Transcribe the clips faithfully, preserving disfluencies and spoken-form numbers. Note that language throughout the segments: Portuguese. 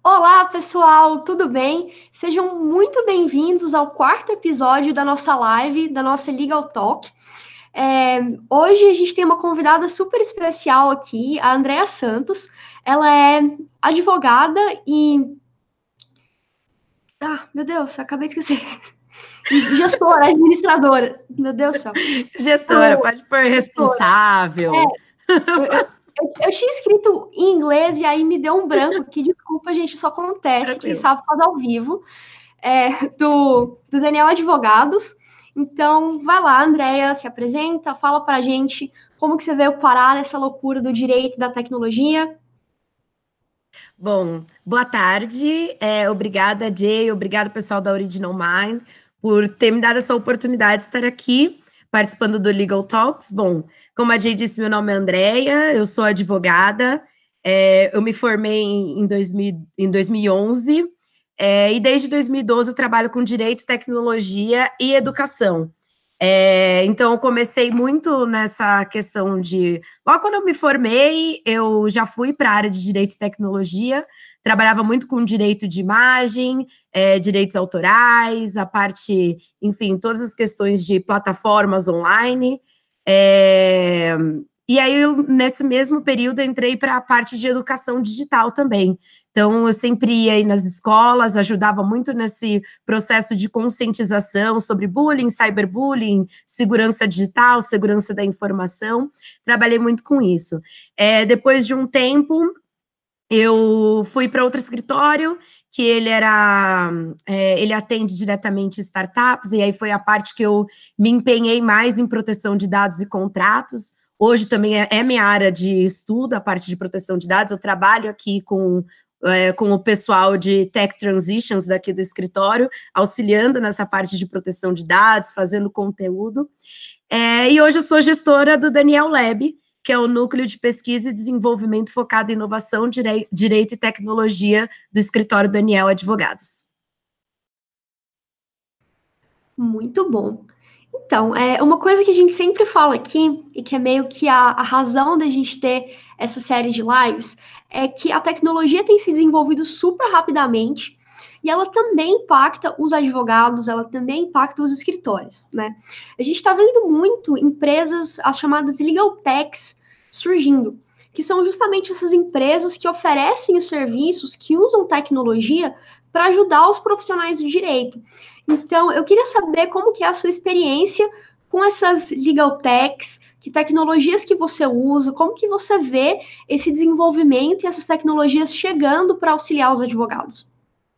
Olá, pessoal, tudo bem? Sejam muito bem-vindos ao quarto episódio da nossa live, da nossa Legal Talk. É, hoje a gente tem uma convidada super especial aqui, a Andrea Santos. Ela é advogada e. Ah, meu Deus, acabei de esquecer. E gestora, administradora. Meu Deus do céu. Gestora, Então, pode pôr gestora. responsável. Eu, eu, eu, eu tinha escrito em inglês e aí me deu um branco aqui. Desculpa, gente, isso acontece. Quem Tranquilo. sabe faz ao vivo. É, do, do Daniel Advogados. Então, vai lá, Andréia, se apresenta, fala pra gente como que você veio parar nessa loucura do direito e da tecnologia. Bom, boa tarde. É, obrigada, Jay. Obrigado, pessoal da Original Mind, por ter me dado essa oportunidade de estar aqui participando do Legal Talks. Bom, como a Jay disse, meu nome é Andréia, eu sou advogada. É, eu me formei em, dois mil, em dois mil e onze é, e desde dois mil e doze eu trabalho com direito, tecnologia e educação. É, então, eu comecei muito nessa questão de. Logo quando eu me formei, eu já fui para a área de direito e tecnologia, trabalhava muito com direito de imagem, é, direitos autorais, a parte, enfim, todas as questões de plataformas online. É, e aí, eu, nesse mesmo período, entrei para a parte de educação digital também. Então, eu sempre ia aí nas escolas, ajudava muito nesse processo de conscientização sobre bullying, cyberbullying, segurança digital, segurança da informação. Trabalhei muito com isso. É, depois de um tempo, eu fui para outro escritório que ele era, é, ele atende diretamente startups, e aí foi a parte que eu me empenhei mais em proteção de dados e contratos. Hoje também é, é minha área de estudo, a parte de proteção de dados. Eu trabalho aqui com é, com o pessoal de Tech Transitions daqui do escritório, auxiliando nessa parte de proteção de dados, fazendo conteúdo. É, e hoje eu sou gestora do Daniel Lab, que é o núcleo de pesquisa e desenvolvimento focado em inovação, direi direito e tecnologia do escritório Daniel Advogados. Muito bom. Então, é uma coisa que a gente sempre fala aqui, e que é meio que a, a razão da gente ter essa série de lives, é que a tecnologia tem se desenvolvido super rapidamente e ela também impacta os advogados, ela também impacta os escritórios, né? A gente está vendo muito empresas, as chamadas legal techs, surgindo, que são justamente essas empresas que oferecem os serviços, que usam tecnologia para ajudar os profissionais do direito. Então, eu queria saber como que é a sua experiência com essas legal techs, que tecnologias que você usa, como que você vê esse desenvolvimento e essas tecnologias chegando para auxiliar os advogados.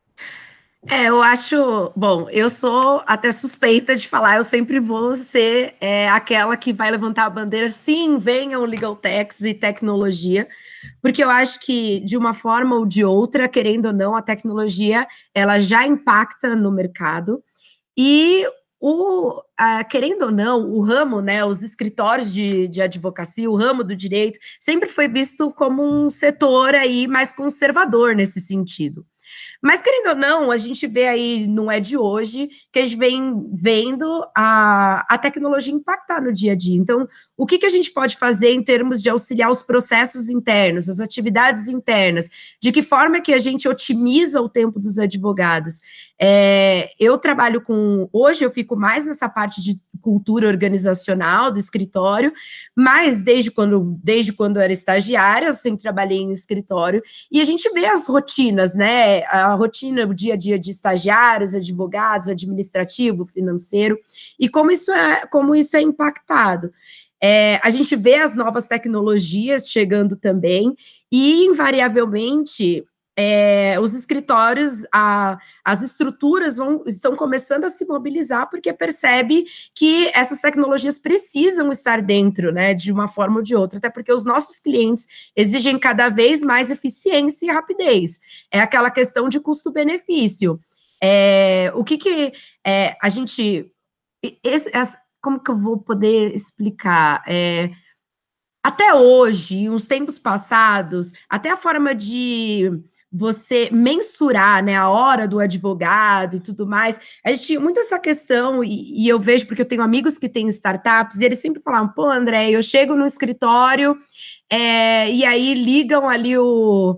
É, eu acho. Bom, eu sou até suspeita de falar, eu sempre vou ser é, aquela que vai levantar a bandeira, sim, venham legal techs e tecnologia, porque eu acho que, de uma forma ou de outra, querendo ou não, a tecnologia ela já impacta no mercado. E o, a, querendo ou não, o ramo, né, os escritórios de, de advocacia, o ramo do direito, sempre foi visto como um setor aí mais conservador nesse sentido. Mas, querendo ou não, a gente vê aí, não é de hoje, que a gente vem vendo a, a tecnologia impactar no dia a dia. Então, o que, que a gente pode fazer em termos de auxiliar os processos internos, as atividades internas? De que forma que a gente otimiza o tempo dos advogados? É, eu trabalho com, hoje eu fico mais nessa parte de cultura organizacional do escritório, mas desde quando, desde quando eu era estagiária, eu sempre trabalhei em escritório, e a gente vê as rotinas, né? A rotina, o dia a dia de estagiários, advogados, administrativo, financeiro, e como isso é, como isso é impactado. É, a gente vê as novas tecnologias chegando também, e invariavelmente é, os escritórios, a, as estruturas vão, estão começando a se mobilizar porque percebe que essas tecnologias precisam estar dentro, né, de uma forma ou de outra, até porque os nossos clientes exigem cada vez mais eficiência e rapidez. É aquela questão de custo-benefício. É, o que que é, a gente... Esse, como que eu vou poder explicar? É, até hoje, uns tempos passados, até a forma de você mensurar, né, a hora do advogado e tudo mais, a gente tinha muito essa questão, e, e eu vejo porque eu tenho amigos que têm startups, e eles sempre falavam, pô, André, eu chego no escritório, é, e aí ligam ali o,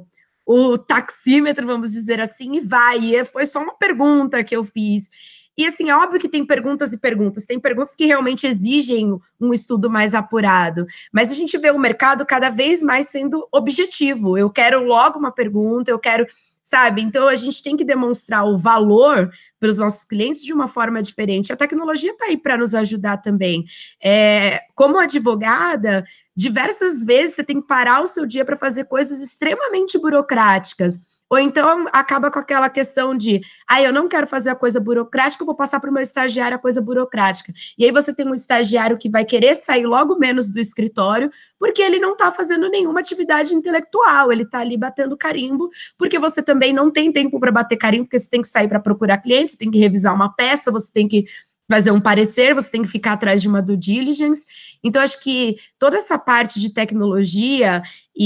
o taxímetro, vamos dizer assim, e vai. E foi só uma pergunta que eu fiz. E, assim, é óbvio que tem perguntas e perguntas. Tem perguntas que realmente exigem um estudo mais apurado. Mas a gente vê o mercado cada vez mais sendo objetivo. Eu quero logo uma pergunta, eu quero... Sabe? Então, a gente tem que demonstrar o valor para os nossos clientes de uma forma diferente. A tecnologia está aí para nos ajudar também. É, como advogada, diversas vezes você tem que parar o seu dia para fazer coisas extremamente burocráticas. Ou então acaba com aquela questão de, ah, eu não quero fazer a coisa burocrática, eu vou passar para o meu estagiário a coisa burocrática. E aí você tem um estagiário que vai querer sair logo menos do escritório, porque ele não está fazendo nenhuma atividade intelectual, ele está ali batendo carimbo, porque você também não tem tempo para bater carimbo, porque você tem que sair para procurar clientes, você tem que revisar uma peça, você tem que fazer um parecer, você tem que ficar atrás de uma due diligence. Então, acho que toda essa parte de tecnologia,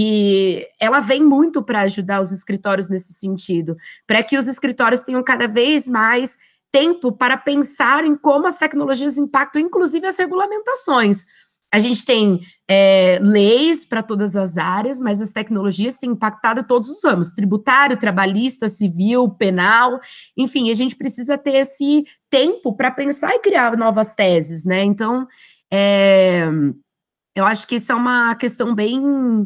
e ela vem muito para ajudar os escritórios nesse sentido, para que os escritórios tenham cada vez mais tempo para pensar em como as tecnologias impactam, inclusive, as regulamentações. A gente tem é, leis para todas as áreas, mas as tecnologias têm impactado todos os ramos, tributário, trabalhista, civil, penal, enfim, a gente precisa ter esse tempo para pensar e criar novas teses, né? Então, é, eu acho que isso é uma questão bem,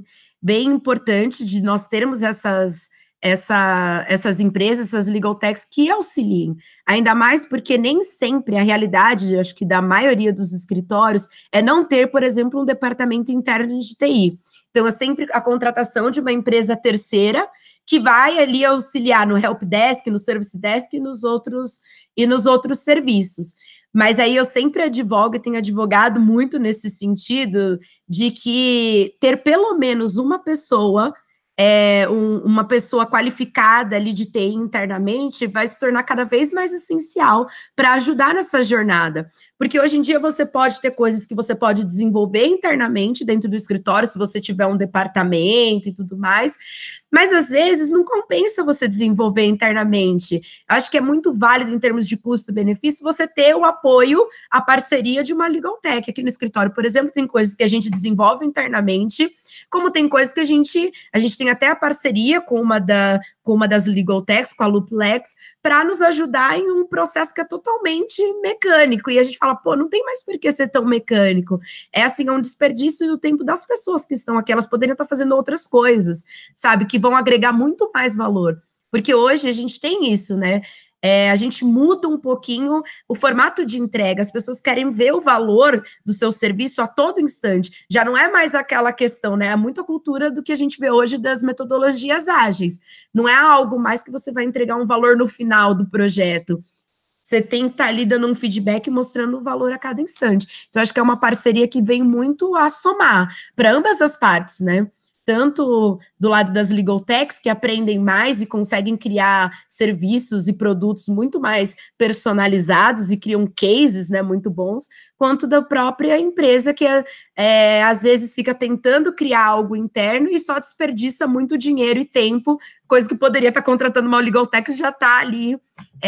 bem importante de nós termos essas... Essa, essas empresas, essas legal techs que auxiliem, ainda mais porque nem sempre a realidade, acho que da maioria dos escritórios, é não ter, por exemplo, um departamento interno de T I. Então, é sempre a contratação de uma empresa terceira que vai ali auxiliar no helpdesk, no service desk e nos outros, e nos outros serviços. Mas aí eu sempre advogo e tenho advogado muito nesse sentido de que ter pelo menos uma pessoa É, um, uma pessoa qualificada ali de T I internamente vai se tornar cada vez mais essencial para ajudar nessa jornada. Porque hoje em dia você pode ter coisas que você pode desenvolver internamente dentro do escritório, se você tiver um departamento e tudo mais, mas às vezes não compensa você desenvolver internamente. Acho que é muito válido em termos de custo-benefício você ter o apoio, a parceria de uma legal tech. Aqui no escritório, por exemplo, tem coisas que a gente desenvolve internamente, como tem coisas que a gente, a gente tem até a parceria com uma, da, com uma das legal techs, com a Looplex, para nos ajudar em um processo que é totalmente mecânico, e a gente fala, pô, não tem mais por que ser tão mecânico, é assim, é um desperdício do tempo das pessoas que estão aqui, elas poderiam estar fazendo outras coisas, sabe, que vão agregar muito mais valor, porque hoje a gente tem isso, né, É, a gente muda um pouquinho o formato de entrega, as pessoas querem ver o valor do seu serviço a todo instante, já não é mais aquela questão, né, é muito a cultura do que a gente vê hoje das metodologias ágeis, não é algo mais que você vai entregar um valor no final do projeto, você tem que estar ali dando um feedback mostrando o valor a cada instante, então acho que é uma parceria que vem muito a somar para ambas as partes, né, tanto do lado das legal techs, que aprendem mais e conseguem criar serviços e produtos muito mais personalizados e criam cases, né, muito bons, quanto da própria empresa, que é, às vezes fica tentando criar algo interno e só desperdiça muito dinheiro e tempo, coisa que poderia estar contratando uma legal tech já está ali,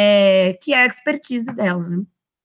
é, que é a expertise dela, né?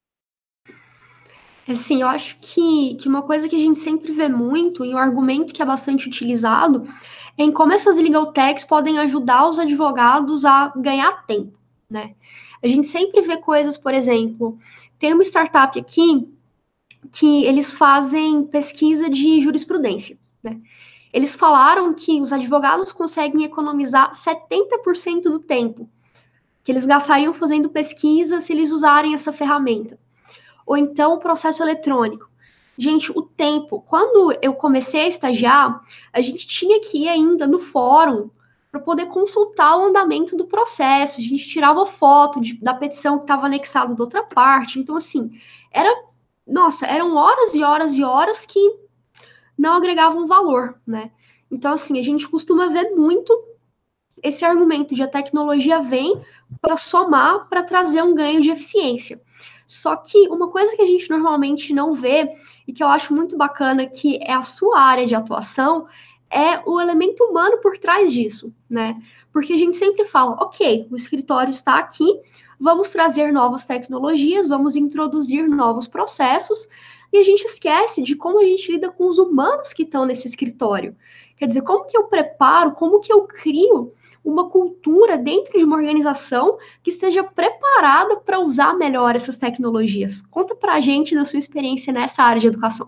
Assim, eu acho que, que uma coisa que a gente sempre vê muito, e um argumento que é bastante utilizado, é em como essas legal techs podem ajudar os advogados a ganhar tempo, né? A gente sempre vê coisas, por exemplo, tem uma startup aqui que eles fazem pesquisa de jurisprudência, né? Eles falaram que os advogados conseguem economizar setenta por cento do tempo que eles gastariam fazendo pesquisa se eles usarem essa ferramenta. Ou então o processo eletrônico. Gente, o tempo, quando eu comecei a estagiar, a gente tinha que ir ainda no fórum para poder consultar o andamento do processo, a gente tirava foto de, da petição que estava anexada da outra parte, então assim, era, nossa, eram horas e horas e horas que não agregavam valor, né? Então assim, a gente costuma ver muito esse argumento de a tecnologia vem para somar, para trazer um ganho de eficiência. Só que uma coisa que a gente normalmente não vê, e que eu acho muito bacana, que é a sua área de atuação, é o elemento humano por trás disso, né? Porque a gente sempre fala, ok, o escritório está aqui, vamos trazer novas tecnologias, vamos introduzir novos processos, e a gente esquece de como a gente lida com os humanos que estão nesse escritório. Quer dizer, como que eu preparo, como que eu crio uma cultura dentro de uma organização que esteja preparada para usar melhor essas tecnologias? Conta para a gente da sua experiência nessa área de educação.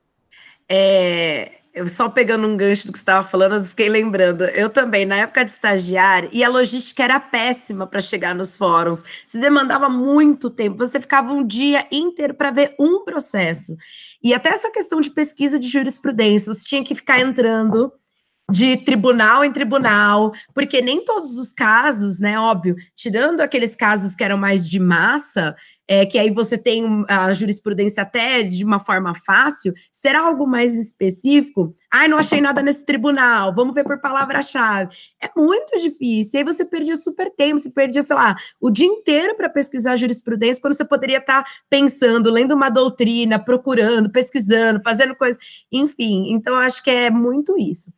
É, eu só pegando um gancho do que você estava falando, eu fiquei lembrando. Eu também, na época de estagiário, e a logística era péssima para chegar nos fóruns. Se demandava muito tempo. Você ficava um dia inteiro para ver um processo. E até essa questão de pesquisa de jurisprudência, você tinha que ficar entrando de tribunal em tribunal, porque nem todos os casos, né, óbvio, tirando aqueles casos que eram mais de massa, é, que aí você tem a jurisprudência até de uma forma fácil, será algo mais específico? Ai, não achei nada nesse tribunal, vamos ver por palavra-chave. É muito difícil, e aí você perdia super tempo, você perdia, sei lá, o dia inteiro para pesquisar jurisprudência, quando você poderia estar pensando, lendo uma doutrina, procurando, pesquisando, fazendo coisas, enfim, então eu acho que é muito isso.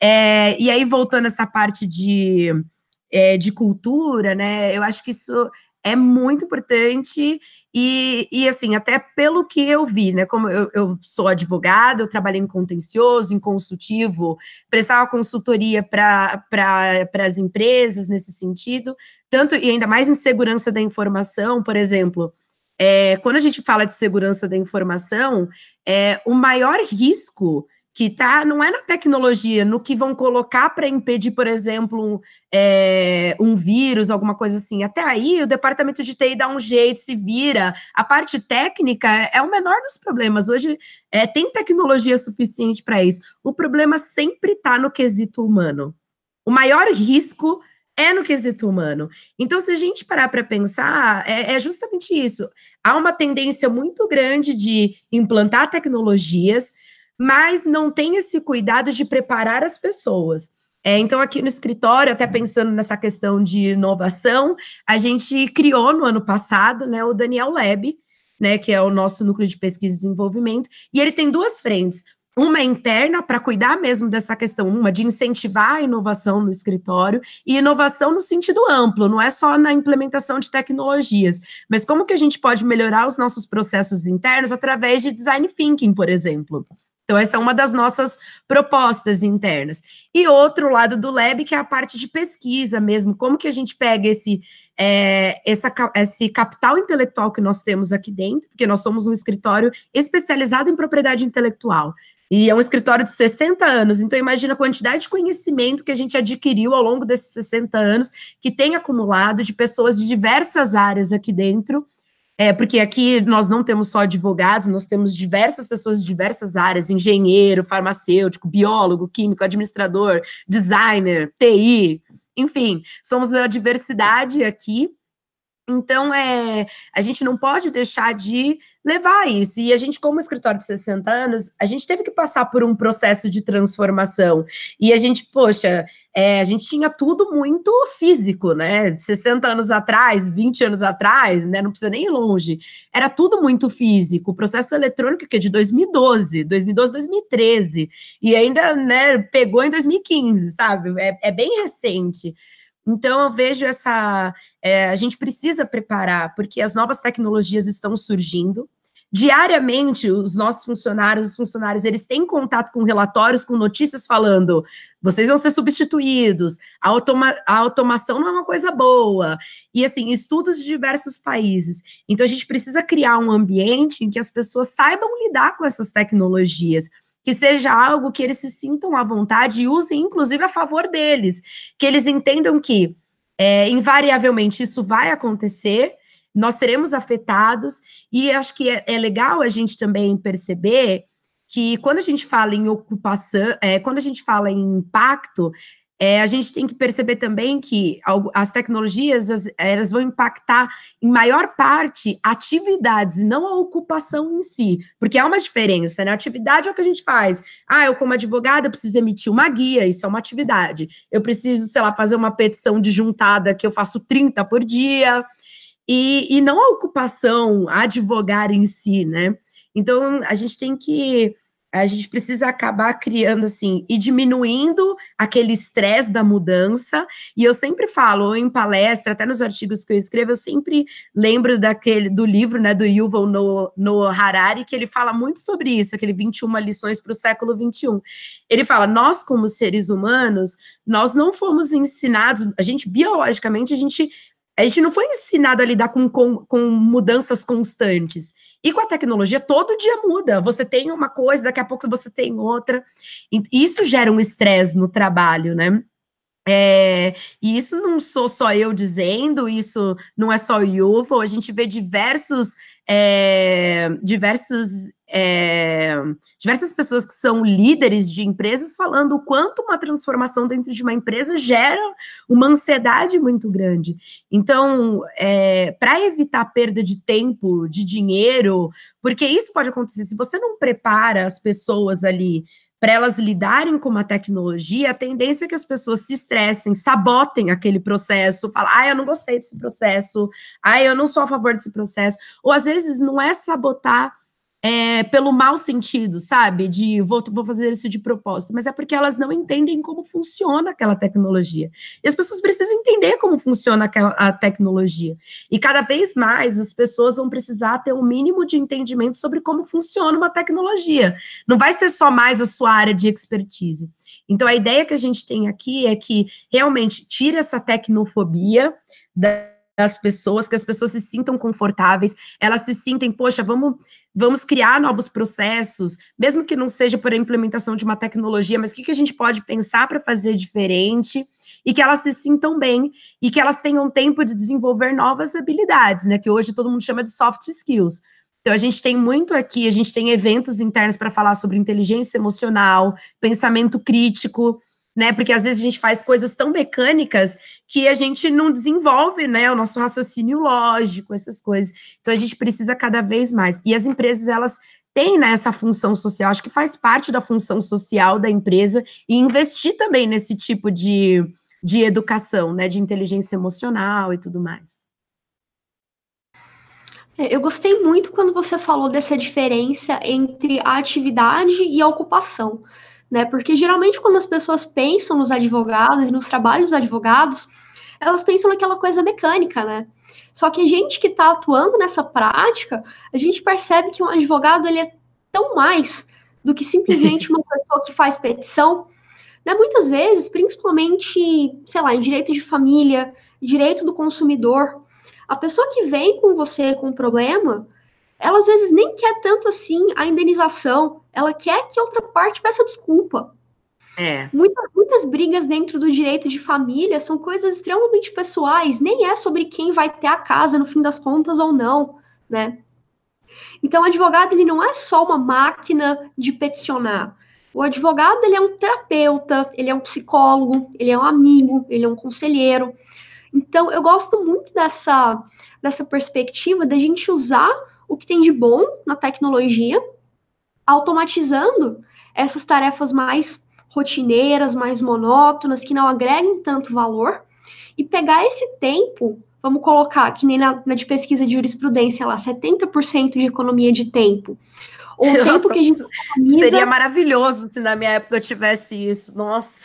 É, e aí, voltando a essa parte de, é, de cultura, né, eu acho que isso é muito importante e, e, assim, até pelo que eu vi, né, como eu, eu sou advogada, eu trabalhei em contencioso, em consultivo, prestava consultoria para pra, as empresas nesse sentido, tanto e ainda mais em segurança da informação, por exemplo, é, quando a gente fala de segurança da informação, é, o maior risco que tá, não é na tecnologia, no que vão colocar para impedir, por exemplo, um, é, um vírus, alguma coisa assim. Até aí, o departamento de T I dá um jeito, se vira. A parte técnica é o menor dos problemas. Hoje, é, tem tecnologia suficiente para isso. O problema sempre está no quesito humano. O maior risco é no quesito humano. Então, se a gente parar para pensar, é, é justamente isso. Há uma tendência muito grande de implantar tecnologias, mas não tem esse cuidado de preparar as pessoas. É, então, aqui no escritório, até pensando nessa questão de inovação, a gente criou no ano passado, né, o Daniel Lab, né, que é o nosso núcleo de pesquisa e desenvolvimento, e ele tem duas frentes. Uma é interna, para cuidar mesmo dessa questão, uma de incentivar a inovação no escritório, e inovação no sentido amplo, não é só na implementação de tecnologias, mas como que a gente pode melhorar os nossos processos internos através de design thinking, por exemplo. Então, essa é uma das nossas propostas internas. E outro lado do Lab, que é a parte de pesquisa mesmo, como que a gente pega esse, é, essa, esse capital intelectual que nós temos aqui dentro, porque nós somos um escritório especializado em propriedade intelectual, e é um escritório de sessenta anos, então imagina a quantidade de conhecimento que a gente adquiriu ao longo desses sessenta anos, que tem acumulado de pessoas de diversas áreas aqui dentro. É, porque aqui nós não temos só advogados, nós temos diversas pessoas de diversas áreas, engenheiro, farmacêutico, biólogo, químico, administrador, designer, T I, enfim, somos a diversidade aqui. Então, é, a gente não pode deixar de levar isso. E a gente, como escritório de sessenta anos, a gente teve que passar por um processo de transformação. E a gente, poxa, é, a gente tinha tudo muito físico, né? sessenta anos atrás, vinte anos atrás, né? Não precisa nem ir longe. Era tudo muito físico. O processo eletrônico, que é de dois mil e doze, dois mil e doze, dois mil e treze. E ainda, né, pegou em dois mil e quinze, sabe? É, é bem recente. Então, eu vejo essa... É, a gente precisa preparar, porque as novas tecnologias estão surgindo. Diariamente, os nossos funcionários, os funcionários, eles têm contato com relatórios, com notícias falando, vocês vão ser substituídos, a, automa a automação não é uma coisa boa. E, assim, estudos de diversos países. Então, a gente precisa criar um ambiente em que as pessoas saibam lidar com essas tecnologias, que seja algo que eles se sintam à vontade e usem, inclusive, a favor deles, que eles entendam que, é, invariavelmente, isso vai acontecer, nós seremos afetados, e acho que é, é legal a gente também perceber que, quando a gente fala em ocupação, é, quando a gente fala em impacto, É, a gente tem que perceber também que as tecnologias, as, elas vão impactar, em maior parte, atividades, e não a ocupação em si, porque há uma diferença, né? A atividade é o que a gente faz. Ah, eu como advogada, eu preciso emitir uma guia, isso é uma atividade. Eu preciso, sei lá, fazer uma petição de juntada, que eu faço trinta por dia, e, e não a ocupação, a advogar em si, né? Então, a gente tem que a gente precisa acabar criando, assim, e diminuindo aquele estresse da mudança, e eu sempre falo, em palestra, até nos artigos que eu escrevo, eu sempre lembro daquele, do livro, né, do Yuval Noah Harari, que ele fala muito sobre isso, aquele vinte e uma lições para o século vinte e um. Ele fala, nós como seres humanos, nós não fomos ensinados, a gente, biologicamente, a gente, a gente não foi ensinado a lidar com, com, com mudanças constantes. E com a tecnologia, todo dia muda. Você tem uma coisa, daqui a pouco você tem outra. E isso gera um estresse no trabalho, né? É, e isso não sou só eu dizendo, isso não é só o Yuval, a gente vê diversos, é, diversos, é, diversas pessoas que são líderes de empresas falando o quanto uma transformação dentro de uma empresa gera uma ansiedade muito grande. Então, é, para evitar perda de tempo, de dinheiro, porque isso pode acontecer, se você não prepara as pessoas ali para elas lidarem com uma tecnologia, a tendência é que as pessoas se estressem, sabotem aquele processo, falam, ah, eu não gostei desse processo, ah, eu não sou a favor desse processo, ou às vezes não é sabotar é, pelo mau sentido, sabe, de vou, vou fazer isso de propósito, mas é porque elas não entendem como funciona aquela tecnologia, e as pessoas precisam entender como funciona aquela, a tecnologia, e cada vez mais as pessoas vão precisar ter um mínimo de entendimento sobre como funciona uma tecnologia, não vai ser só mais a sua área de expertise. Então a ideia que a gente tem aqui é que realmente tire essa tecnofobia da das pessoas, que as pessoas se sintam confortáveis, elas se sintem, poxa, vamos, vamos criar novos processos, mesmo que não seja por a implementação de uma tecnologia, mas o que, que a gente pode pensar para fazer diferente, e que elas se sintam bem, e que elas tenham tempo de desenvolver novas habilidades, né, que hoje todo mundo chama de soft skills. Então, a gente tem muito aqui, a gente tem eventos internos para falar sobre inteligência emocional, pensamento crítico, né, porque às vezes a gente faz coisas tão mecânicas que a gente não desenvolve, né, o nosso raciocínio lógico, essas coisas. Então a gente precisa cada vez mais. E as empresas, elas têm, né, essa função social, acho que faz parte da função social da empresa e investir também nesse tipo de, de educação, né, de inteligência emocional e tudo mais. Eu gostei muito quando você falou dessa diferença entre a atividade e a ocupação, né? Porque geralmente quando as pessoas pensam nos advogados e nos trabalhos dos advogados, elas pensam naquela coisa mecânica, né? Só que a gente que está atuando nessa prática, a gente percebe que um advogado ele é tão mais do que simplesmente uma pessoa que faz petição, né? Muitas vezes, principalmente, sei lá, em direito de família, direito do consumidor, a pessoa que vem com você com um problema, ela às vezes nem quer tanto assim a indenização, ela quer que a outra parte peça desculpa. É. Muitas, muitas brigas dentro do direito de família são coisas extremamente pessoais, nem é sobre quem vai ter a casa no fim das contas ou não, né? Então, o advogado, ele não é só uma máquina de peticionar. O advogado, ele é um terapeuta, ele é um psicólogo, ele é um amigo, ele é um conselheiro. Então, eu gosto muito dessa, dessa perspectiva da gente usar o que tem de bom na tecnologia, automatizando essas tarefas mais rotineiras, mais monótonas, que não agregam tanto valor, e pegar esse tempo, vamos colocar, que nem na, na de pesquisa de jurisprudência lá, setenta por cento de economia de tempo. Ou o tempo que a gente economiza... Seria maravilhoso se na minha época eu tivesse isso, nossa...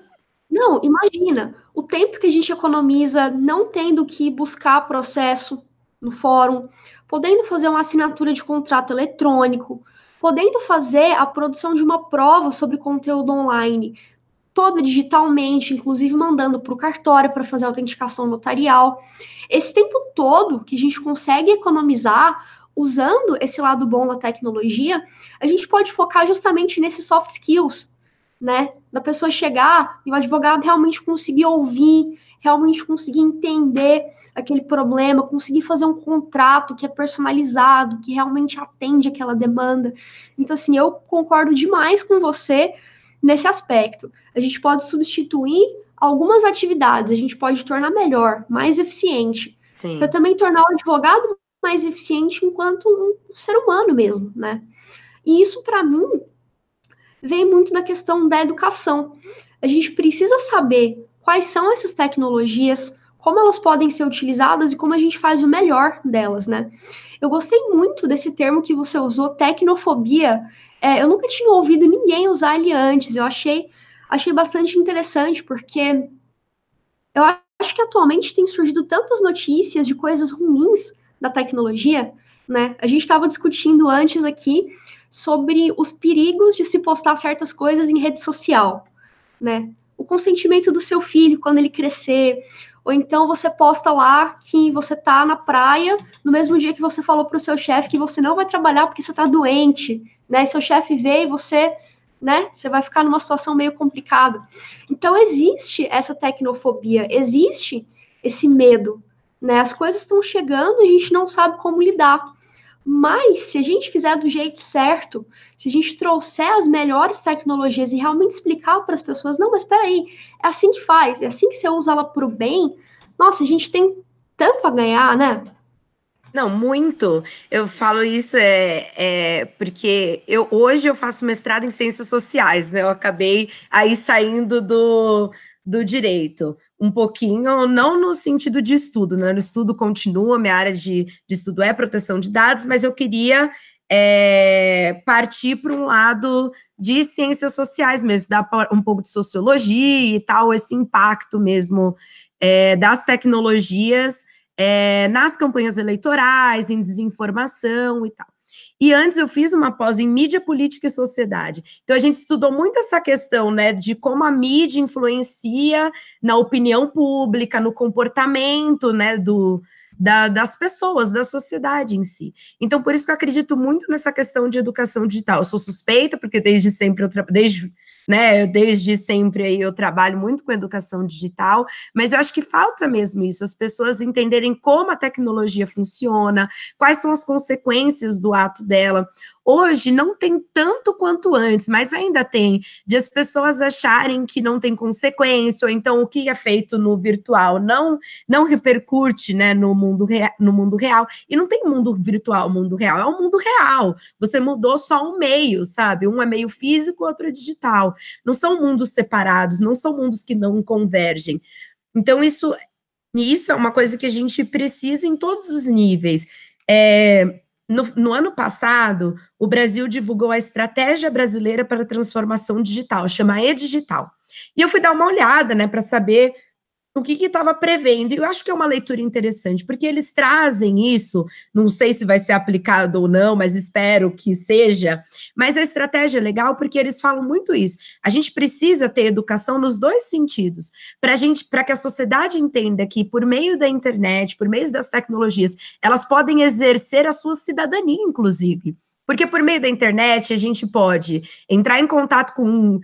Não, imagina, o tempo que a gente economiza não tendo que buscar processo no fórum, podendo fazer uma assinatura de contrato eletrônico, podendo fazer a produção de uma prova sobre conteúdo online, toda digitalmente, inclusive mandando para o cartório para fazer a autenticação notarial. Esse tempo todo que a gente consegue economizar usando esse lado bom da tecnologia, a gente pode focar justamente nesses soft skills, né? Da pessoa chegar e o advogado realmente conseguir ouvir, realmente conseguir entender aquele problema, conseguir fazer um contrato que é personalizado, que realmente atende aquela demanda. Então, assim, eu concordo demais com você nesse aspecto. A gente pode substituir algumas atividades, a gente pode tornar melhor, mais eficiente, para também tornar o advogado mais eficiente enquanto um ser humano mesmo, né? E isso, para mim, vem muito da questão da educação. A gente precisa saber quais são essas tecnologias, como elas podem ser utilizadas e como a gente faz o melhor delas, né? Eu gostei muito desse termo que você usou, tecnofobia. É, eu nunca tinha ouvido ninguém usar ele antes. Eu achei, achei bastante interessante, porque eu acho que atualmente tem surgido tantas notícias de coisas ruins da tecnologia, né? A gente estava discutindo antes aqui sobre os perigos de se postar certas coisas em rede social, né? O consentimento do seu filho quando ele crescer, ou então você posta lá que você tá na praia no mesmo dia que você falou para o seu chefe que você não vai trabalhar porque você tá doente, né? E seu chefe vê e você, né? Você vai ficar numa situação meio complicada. Então existe essa tecnofobia, existe esse medo, né? As coisas estão chegando e a gente não sabe como lidar. Mas, se a gente fizer do jeito certo, se a gente trouxer as melhores tecnologias e realmente explicar para as pessoas, não, mas espera aí, é assim que faz, é assim que você usa ela para o bem, nossa, a gente tem tanto a ganhar, né? Não, muito. Eu falo isso é, é porque eu hoje eu faço mestrado em ciências sociais, né? Eu acabei aí saindo do, do direito um pouquinho, não no sentido de estudo, né? No estudo continua, minha área de, de estudo é proteção de dados, mas eu queria é, partir para um lado de ciências sociais mesmo, dar um pouco de sociologia e tal, esse impacto mesmo é, das tecnologias é, nas campanhas eleitorais, em desinformação e tal. E antes eu fiz uma pós em mídia, política e sociedade. Então a gente estudou muito essa questão, né, de como a mídia influencia na opinião pública, no comportamento, né, do, da, das pessoas, da sociedade em si. Então por isso que eu acredito muito nessa questão de educação digital. Eu sou suspeita, porque desde sempre eu trabalho, desde né, desde sempre aí eu trabalho muito com educação digital, mas eu acho que falta mesmo isso, as pessoas entenderem como a tecnologia funciona, quais são as consequências do ato dela. Hoje não tem tanto quanto antes, mas ainda tem, de as pessoas acharem que não tem consequência, ou então o que é feito no virtual não, não repercute, né, no mundo, rea, no mundo real, e não tem mundo virtual, mundo real, é o mundo real, você mudou só um meio, sabe, um é meio físico, outro é digital. Não são mundos separados, não são mundos que não convergem. Então, isso, isso é uma coisa que a gente precisa em todos os níveis. É, no, no ano passado, o Brasil divulgou a Estratégia Brasileira para a Transformação Digital, chama E-Digital. E eu fui dar uma olhada, né, para saber o que estava prevendo, e eu acho que é uma leitura interessante, porque eles trazem isso, não sei se vai ser aplicado ou não, mas espero que seja, mas a estratégia é legal porque eles falam muito isso, a gente precisa ter educação nos dois sentidos, para gente, para que a sociedade entenda que por meio da internet, por meio das tecnologias, elas podem exercer a sua cidadania, inclusive, porque por meio da internet a gente pode entrar em contato com,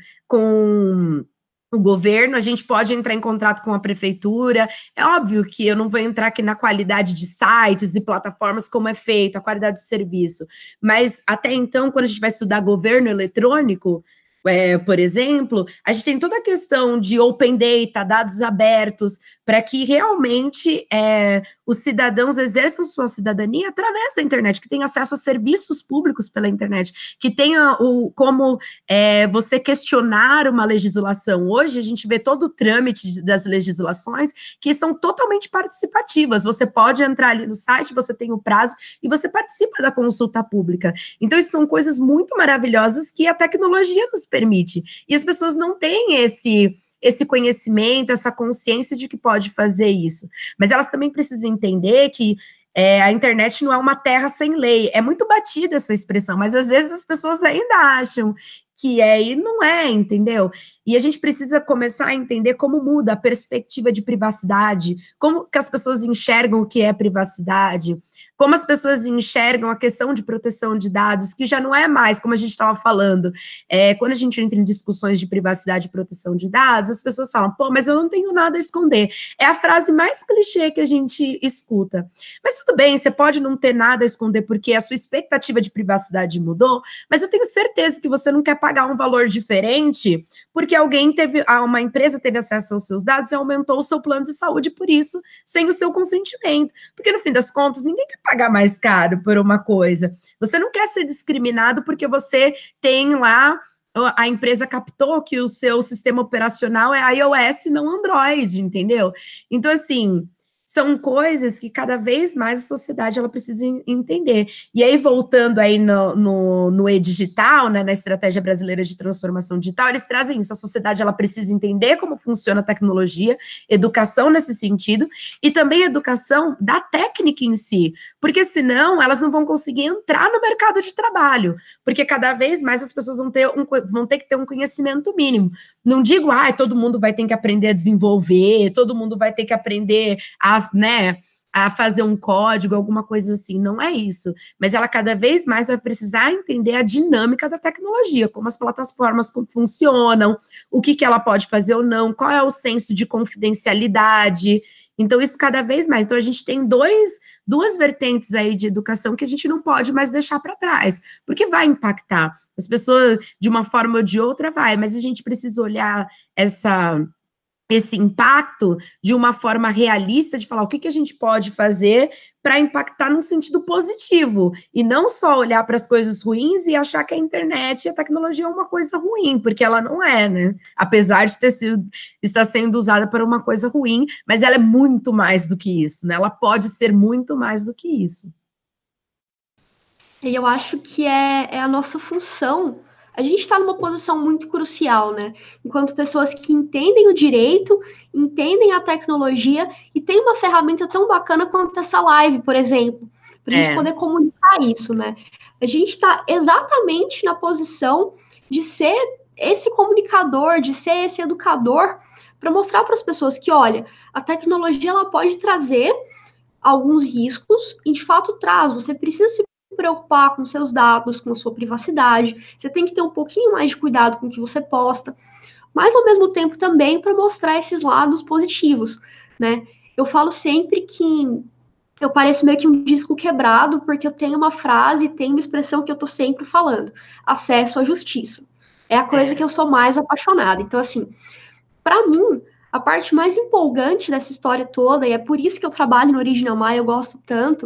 com o governo, a gente pode entrar em contato com a prefeitura. É óbvio que eu não vou entrar aqui na qualidade de sites e plataformas, como é feito, a qualidade de serviço, mas até então, quando a gente vai estudar governo eletrônico, é, por exemplo, a gente tem toda a questão de open data, dados abertos, para que realmente é, os cidadãos exerçam sua cidadania através da internet, que tenham acesso a serviços públicos pela internet, que tenha o, como é, você questionar uma legislação. Hoje a gente vê todo o trâmite das legislações que são totalmente participativas. Você pode entrar ali no site, você tem o prazo e você participa da consulta pública. Então, isso são coisas muito maravilhosas que a tecnologia nos permite. E as pessoas não têm esse esse conhecimento, essa consciência de que pode fazer isso. Mas elas também precisam entender que é, a internet não é uma terra sem lei. É muito batida essa expressão, mas às vezes as pessoas ainda acham que é e não é, entendeu? E a gente precisa começar a entender como muda a perspectiva de privacidade, como que as pessoas enxergam o que é privacidade, como as pessoas enxergam a questão de proteção de dados, que já não é mais, como a gente estava falando, é, quando a gente entra em discussões de privacidade e proteção de dados, as pessoas falam, pô, mas eu não tenho nada a esconder. É a frase mais clichê que a gente escuta. Mas tudo bem, você pode não ter nada a esconder porque a sua expectativa de privacidade mudou, mas eu tenho certeza que você não quer pagar um valor diferente porque alguém teve, uma empresa teve acesso aos seus dados e aumentou o seu plano de saúde por isso, sem o seu consentimento. Porque no fim das contas, ninguém quer pagar mais caro por uma coisa. Você não quer ser discriminado porque você tem lá, a empresa captou que o seu sistema operacional é iOS e não Android, entendeu? Então, assim, são coisas que cada vez mais a sociedade ela precisa entender. E aí, voltando aí no, no, no e-digital, né, na estratégia brasileira de transformação digital, eles trazem isso, a sociedade ela precisa entender como funciona a tecnologia, educação nesse sentido, e também educação da técnica em si, porque senão elas não vão conseguir entrar no mercado de trabalho, porque cada vez mais as pessoas vão ter, um, vão ter que ter um conhecimento mínimo. Não digo, ah, todo mundo vai ter que aprender a desenvolver, todo mundo vai ter que aprender a, né, a fazer um código, alguma coisa assim, não é isso. Mas ela cada vez mais vai precisar entender a dinâmica da tecnologia, como as plataformas funcionam, o que, que ela pode fazer ou não, qual é o senso de confidencialidade. Então, isso cada vez mais. Então, a gente tem dois, duas vertentes aí de educação que a gente não pode mais deixar para trás, porque vai impactar. As pessoas, de uma forma ou de outra, vai, mas a gente precisa olhar essa, esse impacto de uma forma realista, de falar o que, que a gente pode fazer para impactar num sentido positivo, e não só olhar para as coisas ruins e achar que a internet e a tecnologia é uma coisa ruim, porque ela não é, né? Apesar de ter sido, estar sendo usada para uma coisa ruim, mas ela é muito mais do que isso, né? Ela pode ser muito mais do que isso. E eu acho que é, é a nossa função. A gente está numa posição muito crucial, né? Enquanto pessoas que entendem o direito, entendem a tecnologia e tem uma ferramenta tão bacana quanto essa live, por exemplo, para a gente É. poder comunicar isso, né? A gente está exatamente na posição de ser esse comunicador, de ser esse educador, para mostrar para as pessoas que, olha, a tecnologia ela pode trazer alguns riscos, e de fato traz. Você precisa se preocupar com seus dados, com a sua privacidade, você tem que ter um pouquinho mais de cuidado com o que você posta, mas ao mesmo tempo também para mostrar esses lados positivos, né? Eu falo sempre que eu pareço meio que um disco quebrado, porque eu tenho uma frase, tenho uma expressão que eu tô sempre falando: acesso à justiça. É a coisa É. que eu sou mais apaixonada. Então, assim, para mim, a parte mais empolgante dessa história toda, e é por isso que eu trabalho no Original Mai, eu gosto tanto,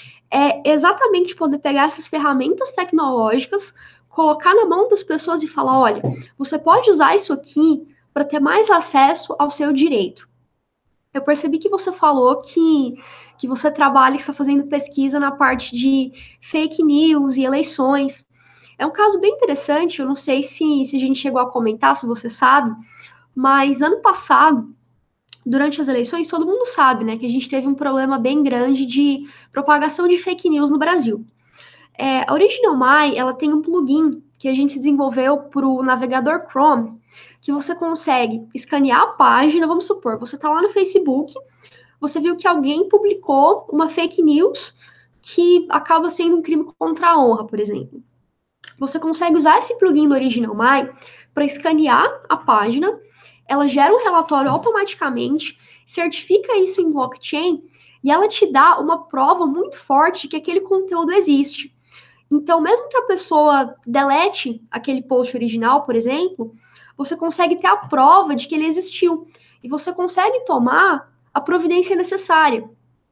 é exatamente poder pegar essas ferramentas tecnológicas, colocar na mão das pessoas e falar, olha, você pode usar isso aqui para ter mais acesso ao seu direito. Eu percebi que você falou que, que você trabalha, que está fazendo pesquisa na parte de fake news e eleições. É um caso bem interessante, eu não sei se, se a gente chegou a comentar, se você sabe, mas ano passado, durante as eleições, todo mundo sabe, né, que a gente teve um problema bem grande de propagação de fake news no Brasil. É, a Original My, ela tem um plugin que a gente desenvolveu para o navegador Chrome, que você consegue escanear a página, vamos supor, você está lá no Facebook, você viu que alguém publicou uma fake news que acaba sendo um crime contra a honra, por exemplo. Você consegue usar esse plugin do Original My para escanear a página, ela gera um relatório automaticamente, certifica isso em blockchain e ela te dá uma prova muito forte de que aquele conteúdo existe. Então, mesmo que a pessoa delete aquele post original, por exemplo, você consegue ter a prova de que ele existiu e você consegue tomar a providência necessária.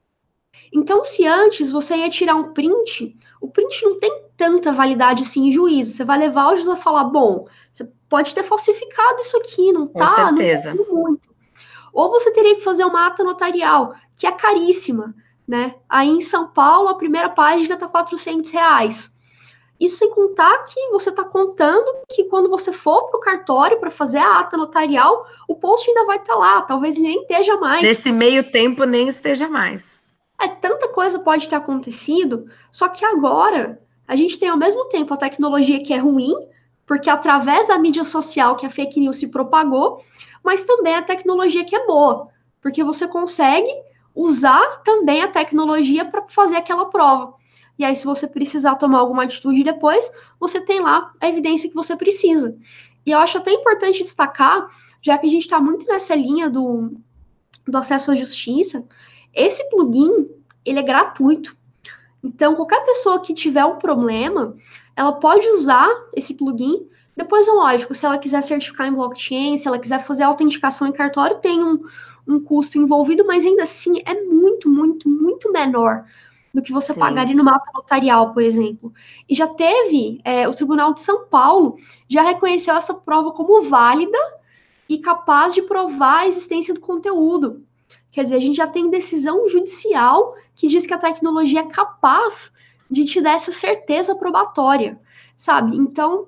Então, se antes você ia tirar um print, o print não tem tanta validade assim em juízo. Você vai levar o juiz a falar, bom, você pode ter falsificado isso aqui, não tá? Com certeza. Não tá muito. Ou você teria que fazer uma ata notarial, que é caríssima, né? Aí em São Paulo, a primeira página tá quatrocentos reais. Isso sem contar que você está contando que quando você for para o cartório para fazer a ata notarial, o post ainda vai estar lá, talvez ele nem esteja mais. Nesse meio tempo nem esteja mais. É, tanta coisa pode ter acontecido, só que agora a gente tem ao mesmo tempo a tecnologia que é ruim, porque através da mídia social que a fake news se propagou, mas também a tecnologia que é boa, porque você consegue usar também a tecnologia para fazer aquela prova. E aí, se você precisar tomar alguma atitude depois, você tem lá a evidência que você precisa. E eu acho até importante destacar, já que a gente está muito nessa linha do, do acesso à justiça, esse plugin, ele é gratuito. Então, qualquer pessoa que tiver um problema, ela pode usar esse plugin. Depois, é lógico, se ela quiser certificar em blockchain, se ela quiser fazer autenticação em cartório, tem um, um custo envolvido, mas ainda assim é muito, muito, muito menor do que você Sim. pagaria no mapa notarial, por exemplo. E já teve, é, o Tribunal de São Paulo já reconheceu essa prova como válida e capaz de provar a existência do conteúdo. Quer dizer, a gente já tem decisão judicial que diz que a tecnologia é capaz de te dar essa certeza probatória, sabe? Então,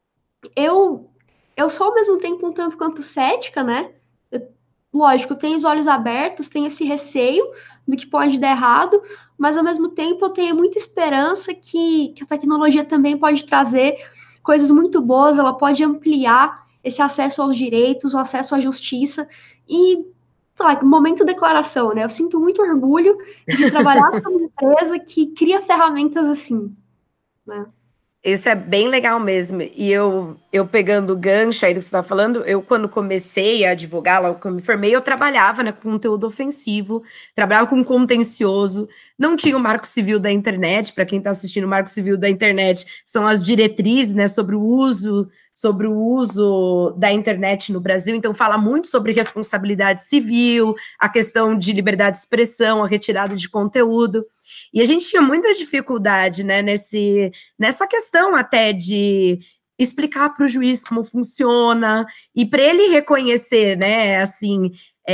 eu, eu sou ao mesmo tempo um tanto quanto cética, né? Eu, lógico, eu tenho os olhos abertos, tenho esse receio do que pode dar errado, mas ao mesmo tempo eu tenho muita esperança que, que a tecnologia também pode trazer coisas muito boas, ela pode ampliar esse acesso aos direitos, o acesso à justiça e, sei lá, momento declaração, né? Eu sinto muito orgulho de trabalhar para uma empresa que cria ferramentas assim, né? Isso é bem legal mesmo. E eu, eu pegando o gancho aí do que você está falando, eu, quando comecei a advogar, lá que eu me formei, eu trabalhava, né, com conteúdo ofensivo, trabalhava com contencioso, não tinha o Marco Civil da internet. Para quem está assistindo, o Marco Civil da internet são as diretrizes, né, sobre o uso, sobre o uso da internet no Brasil. Então, fala muito sobre responsabilidade civil, a questão de liberdade de expressão, a retirada de conteúdo. E a gente tinha muita dificuldade, né, nesse, nessa questão até de explicar para o juiz como funciona e para ele reconhecer, né, assim,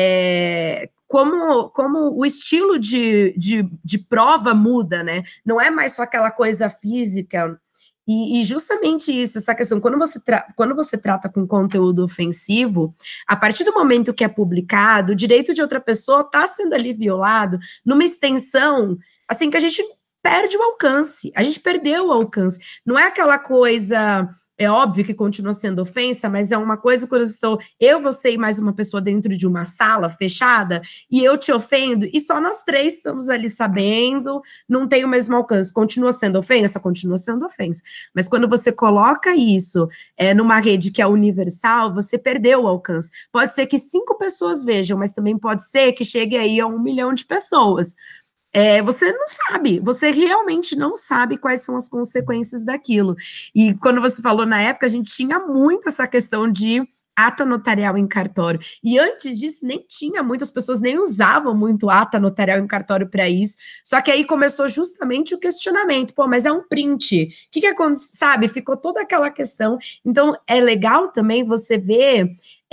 é, como, como o estilo de, de, de prova muda, né? Não é mais só aquela coisa física. E, e justamente isso, essa questão, quando você, quando você trata com conteúdo ofensivo, a partir do momento que é publicado, o direito de outra pessoa está sendo ali violado numa extensão assim que a gente perde o alcance, a gente perdeu o alcance. Não é aquela coisa, é óbvio que continua sendo ofensa, mas é uma coisa quando eu estou, eu, você e mais uma pessoa dentro de uma sala fechada, e eu te ofendo, e só nós três estamos ali sabendo, não tem o mesmo alcance. Continua sendo ofensa? Continua sendo ofensa. Mas quando você coloca isso é, numa rede que é universal, você perdeu o alcance. Pode ser que cinco pessoas vejam, mas também pode ser que chegue aí a um milhão de pessoas. É, você não sabe, você realmente não sabe quais são as consequências daquilo. E quando você falou na época, a gente tinha muito essa questão de ata notarial em cartório. E antes disso, nem tinha, muitas pessoas nem usavam muito ata notarial em cartório para isso. Só que aí começou justamente o questionamento: pô, mas é um print. O que que acontece? Sabe? Ficou toda aquela questão. Então, é legal também você ver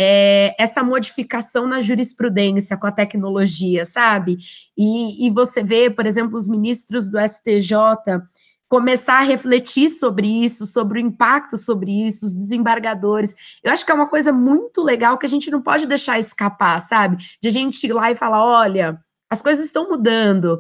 é, essa modificação na jurisprudência com a tecnologia, sabe? E, e você vê, por exemplo, os ministros do S T J começar a refletir sobre isso, sobre o impacto sobre isso, os desembargadores. Eu acho que é uma coisa muito legal que a gente não pode deixar escapar, sabe? De a gente ir lá e falar, olha, as coisas estão mudando,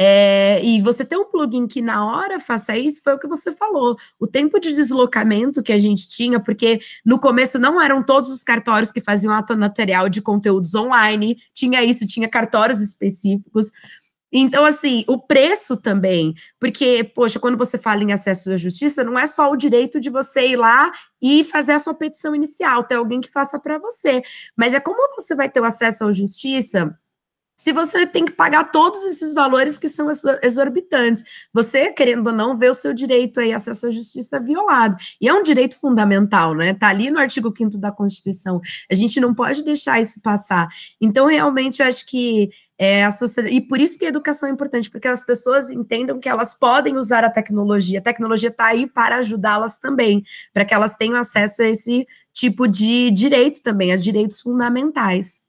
é, e você ter um plugin que na hora faça isso, foi o que você falou, o tempo de deslocamento que a gente tinha, porque no começo não eram todos os cartórios que faziam ato notarial de conteúdos online, tinha isso, tinha cartórios específicos. Então, assim, o preço também, porque, poxa, quando você fala em acesso à justiça, não é só o direito de você ir lá e fazer a sua petição inicial, ter alguém que faça para você, mas é como você vai ter o acesso à justiça se você tem que pagar todos esses valores que são exorbitantes. Você, querendo ou não, vê o seu direito aí, acesso à justiça violado. E é um direito fundamental, né? Está ali no artigo quinto da Constituição. A gente não pode deixar isso passar. Então, realmente, eu acho que é, a sociedade, e por isso que a educação é importante, porque as pessoas entendam que elas podem usar a tecnologia. A tecnologia está aí para ajudá-las também, para que elas tenham acesso a esse tipo de direito também, a direitos fundamentais.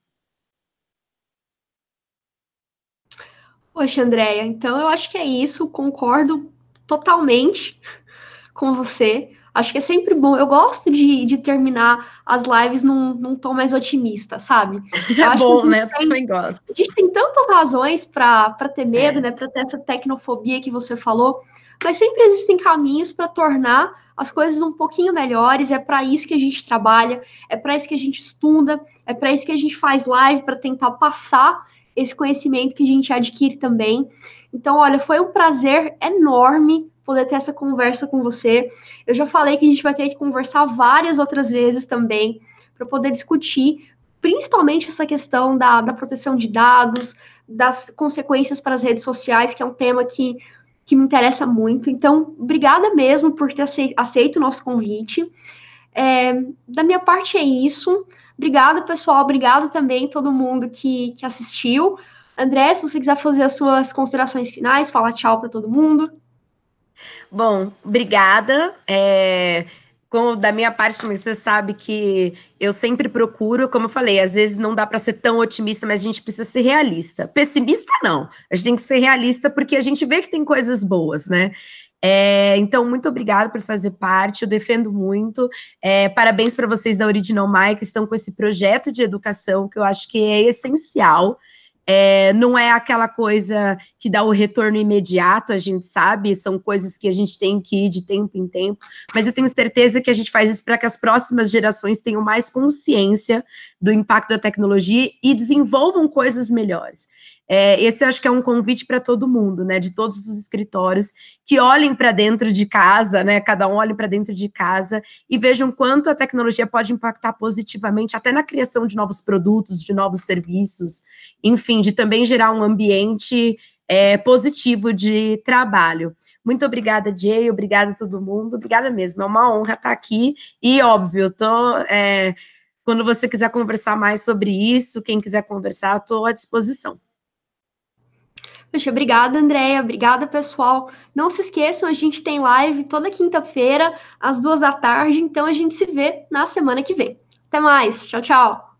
Poxa, Andréia, então eu acho que é isso, concordo totalmente com você. Acho que é sempre bom. Eu gosto de, de terminar as lives num, num tom mais otimista, sabe? Eu É acho que a bom, gente né? tem, Também gosto. a gente tem tantas razões para ter medo, É. né? Para ter essa tecnofobia que você falou, mas sempre existem caminhos para tornar as coisas um pouquinho melhores. É para isso que a gente trabalha, é para isso que a gente estuda, é para isso que a gente faz live, para tentar passar esse conhecimento que a gente adquire também. Então, olha, foi um prazer enorme poder ter essa conversa com você. Eu já falei que a gente vai ter que conversar várias outras vezes também, para poder discutir, principalmente essa questão da, da proteção de dados, das consequências para as redes sociais, que é um tema que, que me interessa muito. Então, obrigada mesmo por ter aceito o nosso convite. É, da minha parte é isso. Obrigada, pessoal. Obrigada também todo mundo que, que assistiu. André, se você quiser fazer as suas considerações finais, falar tchau para todo mundo. Bom, obrigada. É, com, da minha parte, mas você sabe que eu sempre procuro, como eu falei, às vezes não dá para ser tão otimista, mas a gente precisa ser realista. Pessimista, não. A gente tem que ser realista porque a gente vê que tem coisas boas, né? É, então, muito obrigada por fazer parte, eu defendo muito. É, parabéns para vocês da Original My, que estão com esse projeto de educação, que eu acho que é essencial. É, não é aquela coisa que dá o retorno imediato, a gente sabe, são coisas que a gente tem que ir de tempo em tempo, mas eu tenho certeza que a gente faz isso para que as próximas gerações tenham mais consciência do impacto da tecnologia e desenvolvam coisas melhores. É, esse eu acho que é um convite para todo mundo, né, de todos os escritórios, que olhem para dentro de casa, né, cada um olhe para dentro de casa e vejam quanto a tecnologia pode impactar positivamente até na criação de novos produtos, de novos serviços, enfim, de também gerar um ambiente é, positivo de trabalho. Muito obrigada, Jay, obrigada a todo mundo, obrigada mesmo, é uma honra estar aqui, e óbvio, eu tô, é, quando você quiser conversar mais sobre isso, quem quiser conversar, eu estou à disposição. Poxa, obrigada, Andréia, obrigada, pessoal. Não se esqueçam, a gente tem live toda quinta-feira, às duas da tarde, então a gente se vê na semana que vem. Até mais, tchau, tchau.